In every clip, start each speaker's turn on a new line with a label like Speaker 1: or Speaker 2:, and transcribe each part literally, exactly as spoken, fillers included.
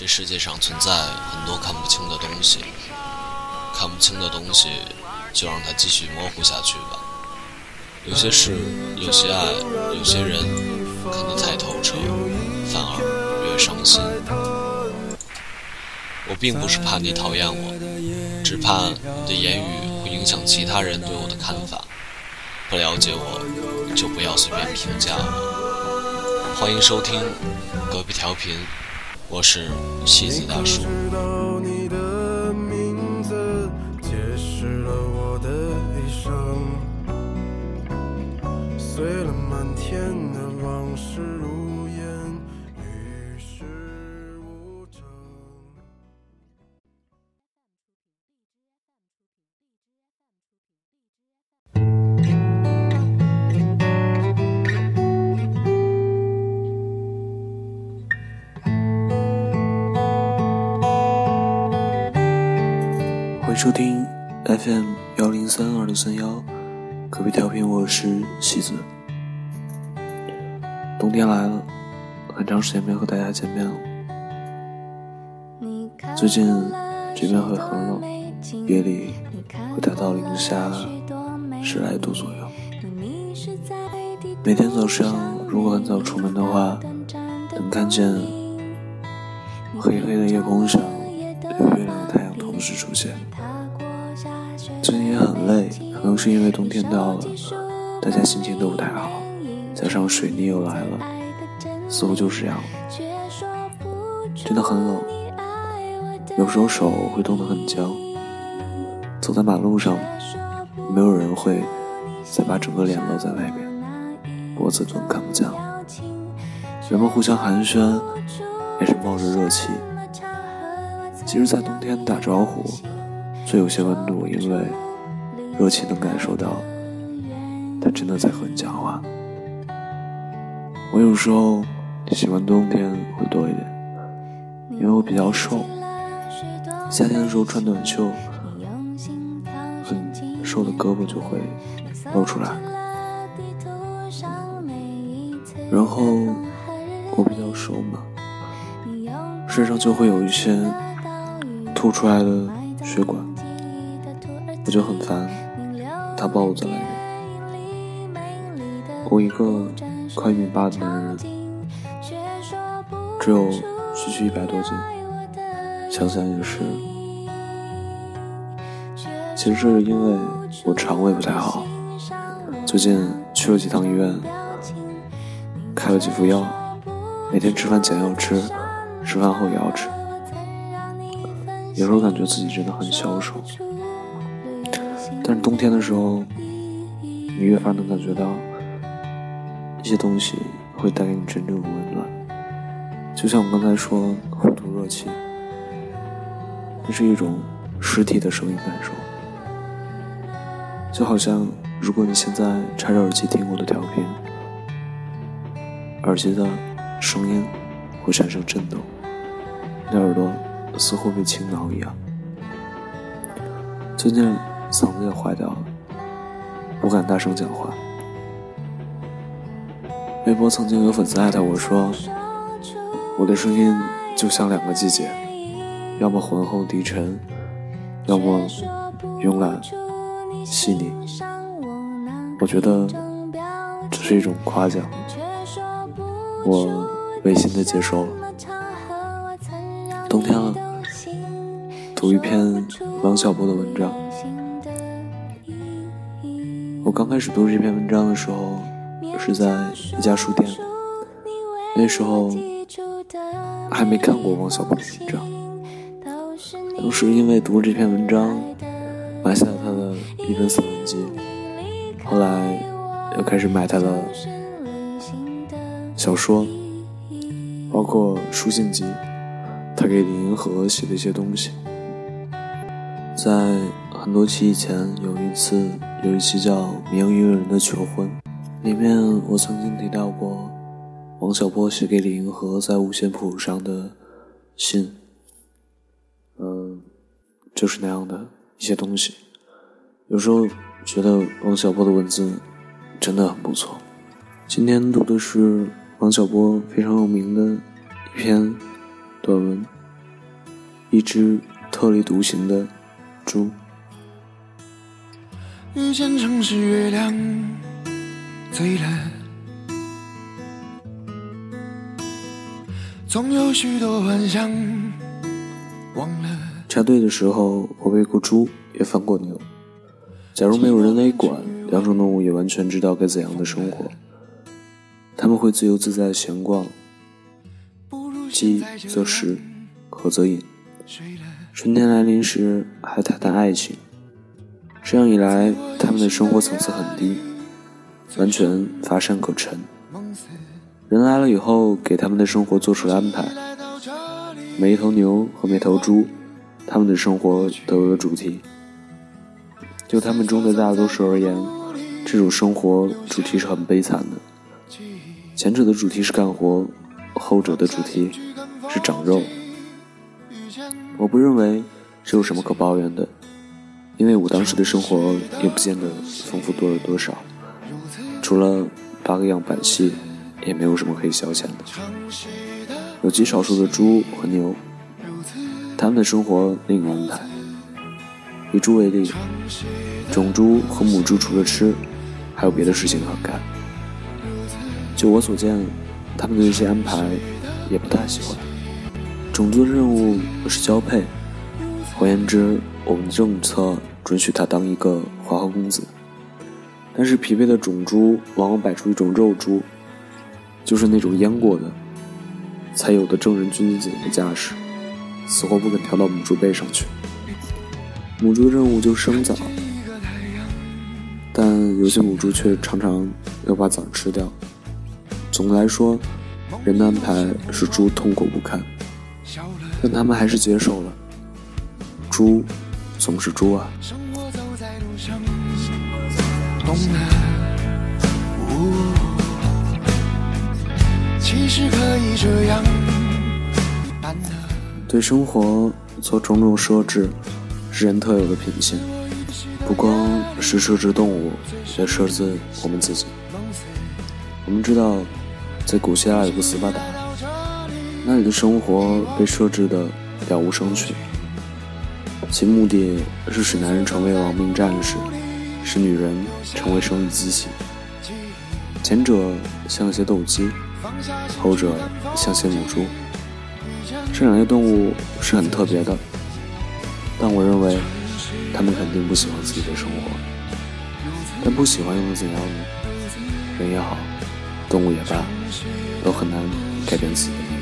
Speaker 1: 这世界上存在很多看不清的东西，看不清的东西就让它继续模糊下去吧。有些事，有些爱，有些人看得太透彻，反而越伤心。我并不是怕你讨厌我，只怕你的言语会影响其他人对我的看法。不了解我，就不要随便评价我。欢迎收听隔壁调频，我是戏子大叔。
Speaker 2: 你的名字解释了我的一生，碎了满天的往事如烟，与世无争。
Speaker 3: 欢迎收听 F M 幺零三二六三幺，隔壁调频，我是戏子。冬天来了，很长时间没和大家见面了。最近这边会很冷，夜里会达到零下十来度左右。每天早上如果很早出门的话，能看见黑黑的夜空上有月亮和太阳同时出现。最近也很累，可能是因为冬天到了，大家心情都不太好，加上水逆又来了，似乎就是这样。真的很冷，有时候手会冻得很僵。走在马路上，没有人会再把整个脸露在外面，脖子更看不见了。人们互相寒暄，也是冒着热气。其实在冬天打招呼最有些温度，因为热气能感受到他真的在和你讲话。我有时候喜欢冬天会多一点，因为我比较瘦，夏天的时候穿短袖，很瘦的胳膊就会露出来。然后我比较瘦嘛，身上就会有一些凸出来的血管，我就很烦他抱我在外面。我一个快一米八的男人，只有区区一百多斤，想想也是。其实是因为我肠胃不太好，最近去了几趟医院，开了几副药，每天吃饭前要吃，吃饭后也要吃。有时候感觉自己真的很消瘦，但是冬天的时候，你越发能感觉到一些东西会带给你真正的温暖。就像我刚才说糊涂热气，这是一种实体的声音感受。就好像如果你现在插着耳机听我的调频，耳机的声音会产生震动，你的耳朵似乎被倾倒一样。最近嗓子也坏掉了，不敢大声讲话。微博曾经有粉丝艾特我说，我的声音就像两个季节，要么浑厚低沉，要么慵懒细腻。我觉得这是一种夸奖，我违心的接受了。冬天了，读一篇王小波的文章。我刚开始读这篇文章的时候是在一家书店，那时候还没看过王小波的文章，当时因为读了这篇文章买下了他的一本散文集，后来又开始买他的小说，包括书信集，他给林银河写的一些东西。在很多期以前，有一次有一期叫《名音乐人的求婚》，里面我曾经提到过王小波写给李银河在五线谱上的信，嗯，就是那样的一些东西。有时候觉得王小波的文字真的很不错。今天读的是王小波非常有名的一篇短文， 一只特立独行的猪。
Speaker 2: 遇见城市月亮醉了，总有许多幻想忘了。
Speaker 3: 插队的时候，我喂过猪，也放过牛。假如没有人类管，两种动物也完全知道该怎样的生活。他们会自由自在地闲逛，饥则食，渴则饮。春天来临时，还谈谈爱情。这样一来，他们的生活层次很低，完全乏善可陈。人来了以后，给他们的生活做出了安排。每一头牛和每头猪，他们的生活都有了主题。就他们中的大多数而言，这种生活主题是很悲惨的。前者的主题是干活，后者的主题是长肉。我不认为这有什么可抱怨的，因为我当时的生活也不见得丰富多了多少，除了八个样板戏，也没有什么可以消遣的。有极少数的猪和牛，他们的生活另有安排。以猪为例，种猪和母猪除了吃，还有别的事情可干。就我所见，他们对这些安排也不太喜欢。种族的任务是交配，换言之，我们的政策准许他当一个花花公子。但是疲惫的种猪往往摆出一种肉猪，就是那种阉过的才有的正人君子的架势，死活不肯跳到母猪背上去。母猪的任务就是生崽，但有些母猪却常常要把崽吃掉。总的来说，人的安排使猪痛苦不堪，但他们还是接受了。猪总是猪啊。懂了，其实可以这样办的。对生活做种种设置是人特有的品性，不光是设置动物，也设置我们自己。我们知道，在古希腊有个斯巴达，那里的生活被设置的了无生趣，其目的是使男人成为亡命战士，使女人成为生育机器。前者像些斗鸡，后者像些母猪。这两类动物是很特别的，但我认为他们肯定不喜欢自己的生活。但不喜欢又能怎样呢？人也好，动物也罢，都很难改变自己的命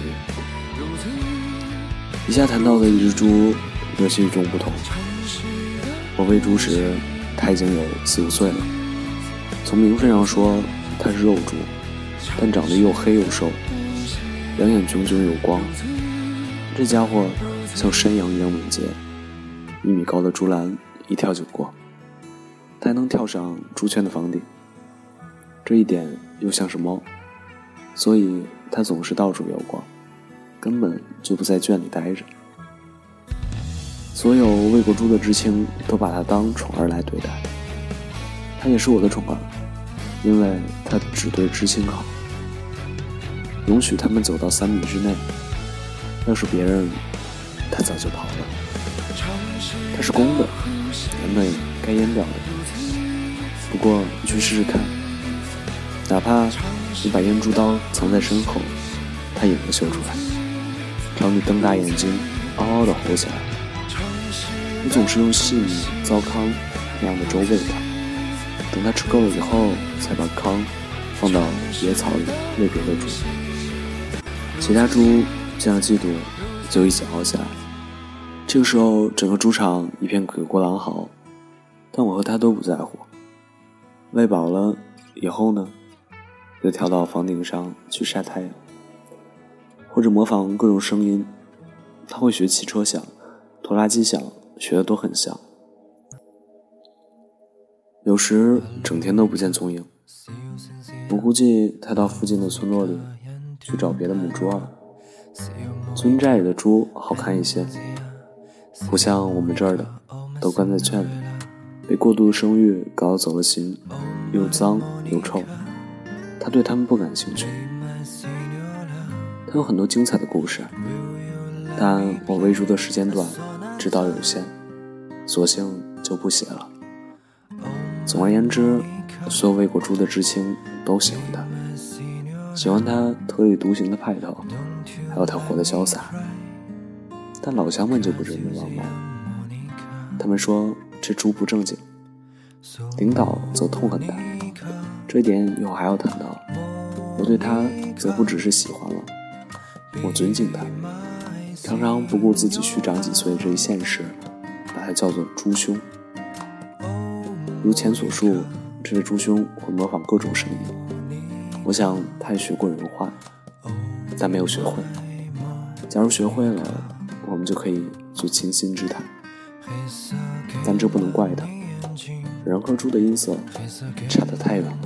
Speaker 3: 运。以下谈到的一只猪有些与众不同。我喂猪时，它已经有四五岁了。从名分上说，它是肉猪，但长得又黑又瘦，两眼炯炯有光。这家伙像山羊一样敏捷，一米高的猪栏一跳就过，它还能跳上猪圈的房顶。这一点又像是猫，所以它总是到处游逛，根本就不在圈里待着。所有喂过猪的知青都把它当宠儿来对待，它也是我的宠儿，因为它只对知青好，容许他们走到三米之内。要是别人，它早就跑了。它是公的，原本该阉掉的。不过你去试试看，哪怕你把阉猪刀藏在身后，它也能嗅出来，朝你瞪大眼睛，嗷嗷地吼起来。你总是用细米、糟糠那样的粥喂它，等它吃够了以后，才把糠放到野草里喂别的猪。其他猪见了嫉妒，就一起嚎起来。这个时候，整个猪场一片鬼哭狼嚎，但我和他都不在乎。喂饱了以后呢，又跳到房顶上去晒太阳，或者模仿各种声音。他会学汽车响、拖拉机响，学的都很像。有时整天都不见踪影，我估计他到附近的村落里去找别的母猪了。村寨里的猪好看一些，不像我们这儿的都关在圈里，被过度的生育搞走了心，又脏又臭。他对他们不感兴趣。他有很多精彩的故事， 但我喂猪的时间短，指导有限，索性就不写了。总而言之，所有喂过猪的知青都喜欢他，喜欢他特立独行的派头，还有他活得潇洒。但老乡们就不这么浪漫，他们说这猪不正经，领导则痛恨他。这一点以后还要谈到。我对他则不只是喜欢了，我尊敬他，常常不顾自己虚长几岁这一现实，把他叫做猪兄。如前所述，这位猪兄会模仿各种声音，我想他也学过人话，但没有学会。假如学会了，我们就可以做倾心之谈，但这不能怪他，人和猪的音色差得太远了。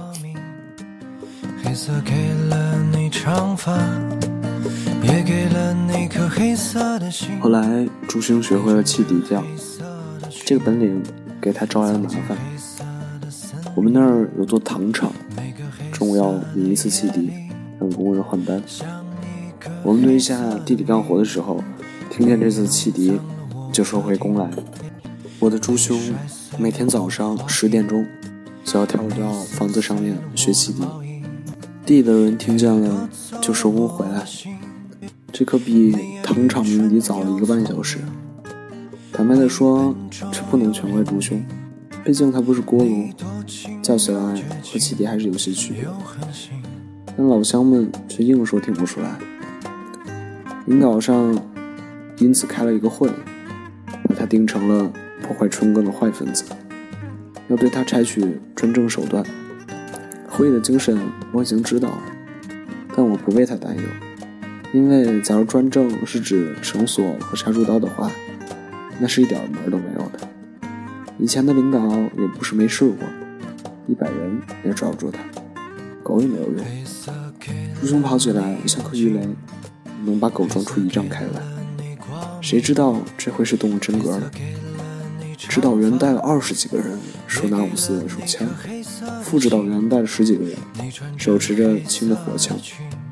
Speaker 3: 黑色给了你长发，也给了你颗黑色的心。后来朱兄学会了汽笛调，这个本领给他招来了麻烦。我们那儿有座糖厂，中午要鸣一次汽笛，让工人换班。我们堆下地里干活的时候，听见这次汽笛就收回工来。我的朱兄每天早上十点钟就要跳到房子上面学汽笛，地的人听见了就收工回来，这可比糖厂鸣笛早了一个半小时。坦白地说，这不能全怪朱兄，毕竟他不是锅炉，叫起来和汽笛还是有些区别。但老乡们却硬说听不出来。领导上因此开了一个会，把他定成了破坏春耕的坏分子，要对他采取专政手段。会议的精神我已经知道了，但我不为他担忧，因为假如专政是指绳索和杀猪刀的话，那是一点门都没有的。以前的领导也不是没试过，一百人也抓不住他，狗也没有用。朱兄跑起来像颗鱼雷，能把狗撞出一丈开来。谁知道这回是动了真格了。指导员带了二十几个人，手拿五四手枪，副指导员带了十几个人，手持着轻的火枪，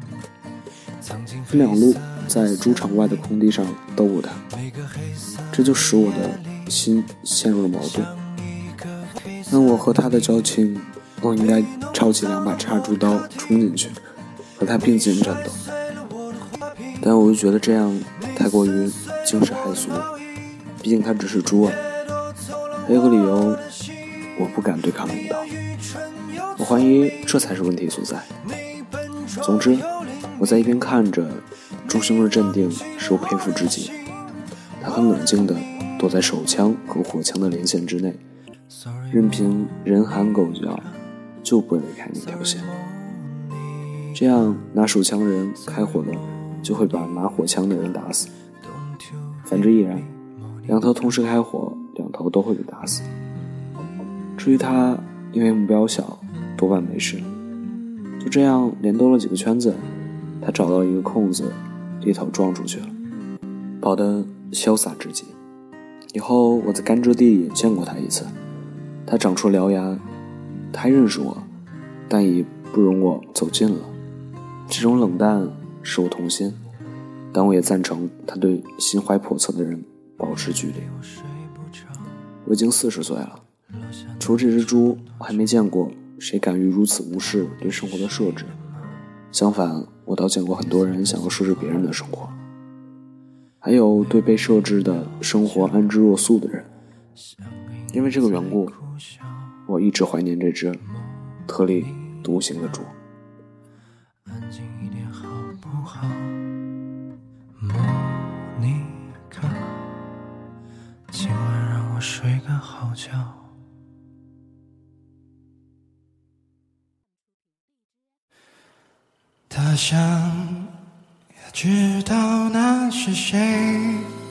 Speaker 3: 分两路在猪场外的空地上斗殴他。这就使我的心陷入了矛盾。那我和他的交情，我应该抄起两把插猪刀冲进去，和他并肩战斗。但我又觉得这样太过于惊世骇俗，毕竟他只是猪啊。还有个理由，我不敢对抗领导，我怀疑这才是问题所在。总之，我在一边看着朱兄的镇定，使我佩服至极。他很冷静地躲在手枪和火枪的连线之内，任凭人喊狗叫，就不离开那条线。这样拿手枪的人开火了，就会把拿火枪的人打死，反之亦然，两头同时开火，两头都会被打死。至于他因为目标小，多半没事。就这样连兜了几个圈子，他找到一个空子，一头撞出去了，跑得潇洒至极。以后我在甘蔗地也见过他一次，他长出獠牙，他还认识我，但已不容我走近了。这种冷淡使我痛心，但我也赞成他对心怀叵测的人保持距离。我已经四十岁了，除了这只猪，我还没见过谁敢于如此无视对生活的设置。相反，我倒见过很多人想要设置别人的生活，还有对被设置的生活安之若素的人。因为这个缘故，我一直怀念这只特立独行的猪。安静一点好不好？莫妮卡，今晚让我睡个好觉。他想也知道那是谁，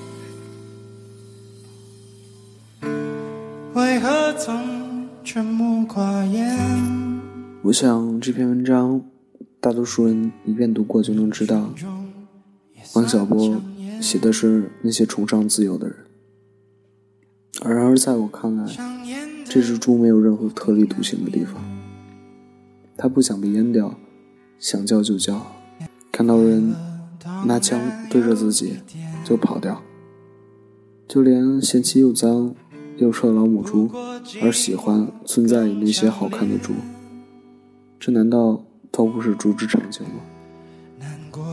Speaker 3: 为何总沉默寡言？我想这篇文章大多数人一遍读过就能知道，王小波写的是那些崇尚自由的人。然而在我看来，这只猪没有任何特立独行的地方，他不想被阉掉，想叫就叫，看到人拿枪对着自己就跑掉。就连嫌弃又脏又臭的老母猪，而喜欢村寨里那些好看的猪，这难道都不是猪之常情吗？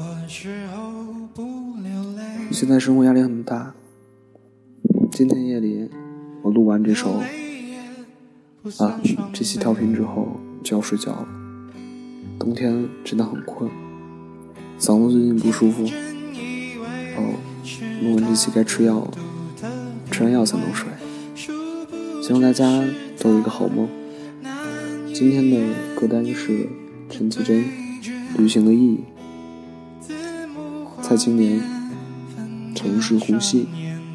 Speaker 3: 现在生活压力很大，今天夜里我录完这首啊这期调频之后就要睡觉了。冬天真的很困，嗓子最近不舒服哦，录完这期该吃药了，吃完药才能睡。希望大家都有一个好梦。今天的歌单是陈绮贞《旅行的意义》，蔡青年《城市呼吸》，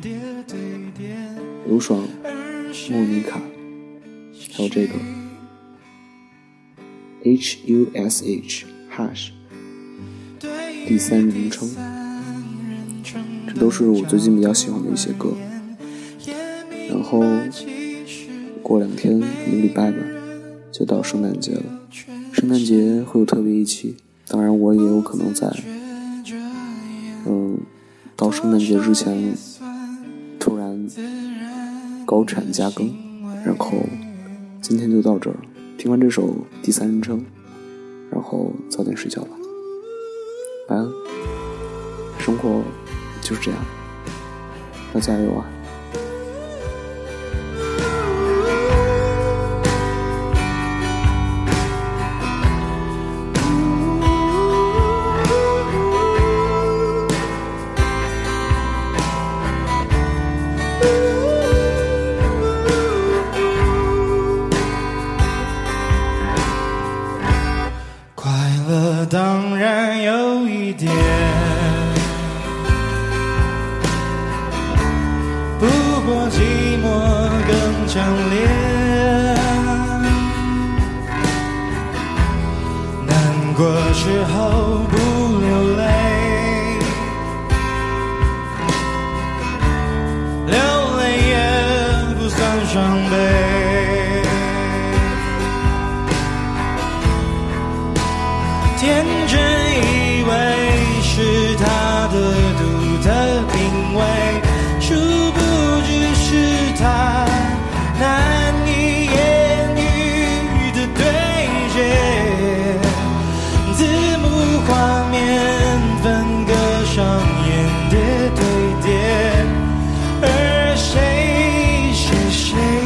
Speaker 3: 刘爽《莫妮卡》，还有这个 H U S H Hush 第三人称，这都是我最近比较喜欢的一些歌。然后过两天一个礼拜吧就到圣诞节了，圣诞节会有特别一期，当然我也有可能在嗯到圣诞节之前突然高产加更。然后今天就到这儿，听完这首第三人称，然后早点睡觉吧，晚安。生活就是这样，要加油啊。
Speaker 4: 当然有一点，不过寂寞更强烈，难过时候不流泪，流泪也不算伤悲，天真以为是他的独特品味，殊不知是他难以言语的对决，字幕画面分割上演叠对叠，而谁是谁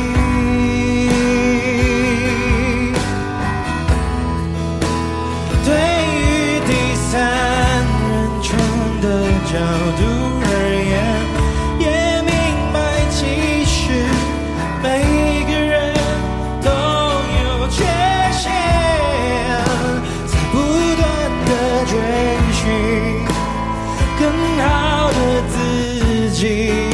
Speaker 4: 角度而言，也明白其实每个人都有缺陷，才不断地追寻更好的自己。